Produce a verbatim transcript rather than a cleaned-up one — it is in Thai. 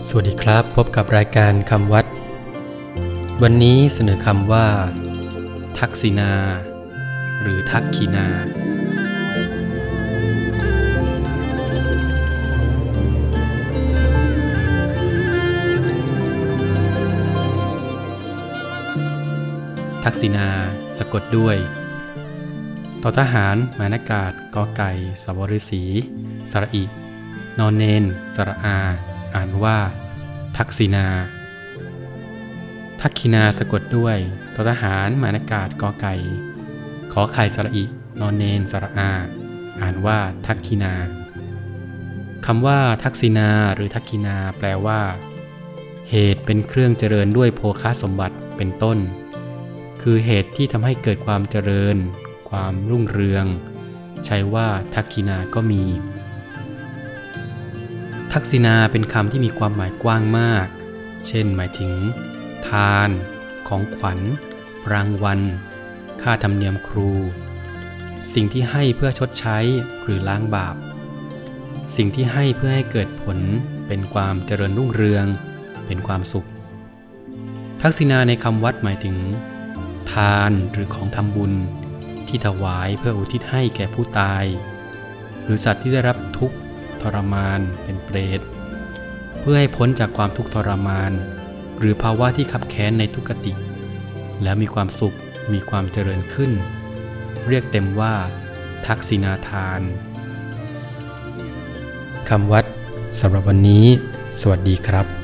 สวัสดีครับพบกับรายการคำวัดวันนี้เสนอคำว่าทักษิณาหรือทักขินาทักษิณาสะกดด้วยททหารหมานากาศกอไก่สวฤษีสระอินอนเนนสระอาอ่านว่าทักษิณาทักขินาสะกดด้วยททหารหมานากาศกอไก่ขอไข่สระอินอนเนนสระอาอ่านว่าทักขินาคำว่าทักษิณาหรือทักขินาแปลว่าเหตุเป็นเครื่องเจริญด้วยโภคสมบัติเป็นต้นคือเหตุที่ทำให้เกิดความเจริญความรุ่งเรืองใช้ว่าทักขินาก็มีทักษิณาเป็นคำที่มีความหมายกว้างมากเช่นหมายถึงทานของขวัญรางวัลค่าธรรมเนียมครูสิ่งที่ให้เพื่อชดใช้หรือล้างบาปสิ่งที่ให้เพื่อให้เกิดผลเป็นความเจริญรุ่งเรืองเป็นความสุขทักษิณาในคำวัดหมายถึงทานหรือของทำบุญที่ถวายเพื่ออุทิศให้แก่ผู้ตายหรือสัตว์ที่ได้รับทุกข์ทรมานเป็นเปรตเพื่อให้พ้นจากความทุกข์ทรมานหรือภาวะที่ขับแค้นในทุกขติแล้วมีความสุขมีความเจริญขึ้นเรียกเต็มว่าทักษิณาทานคำวัดสำหรับวันนี้สวัสดีครับ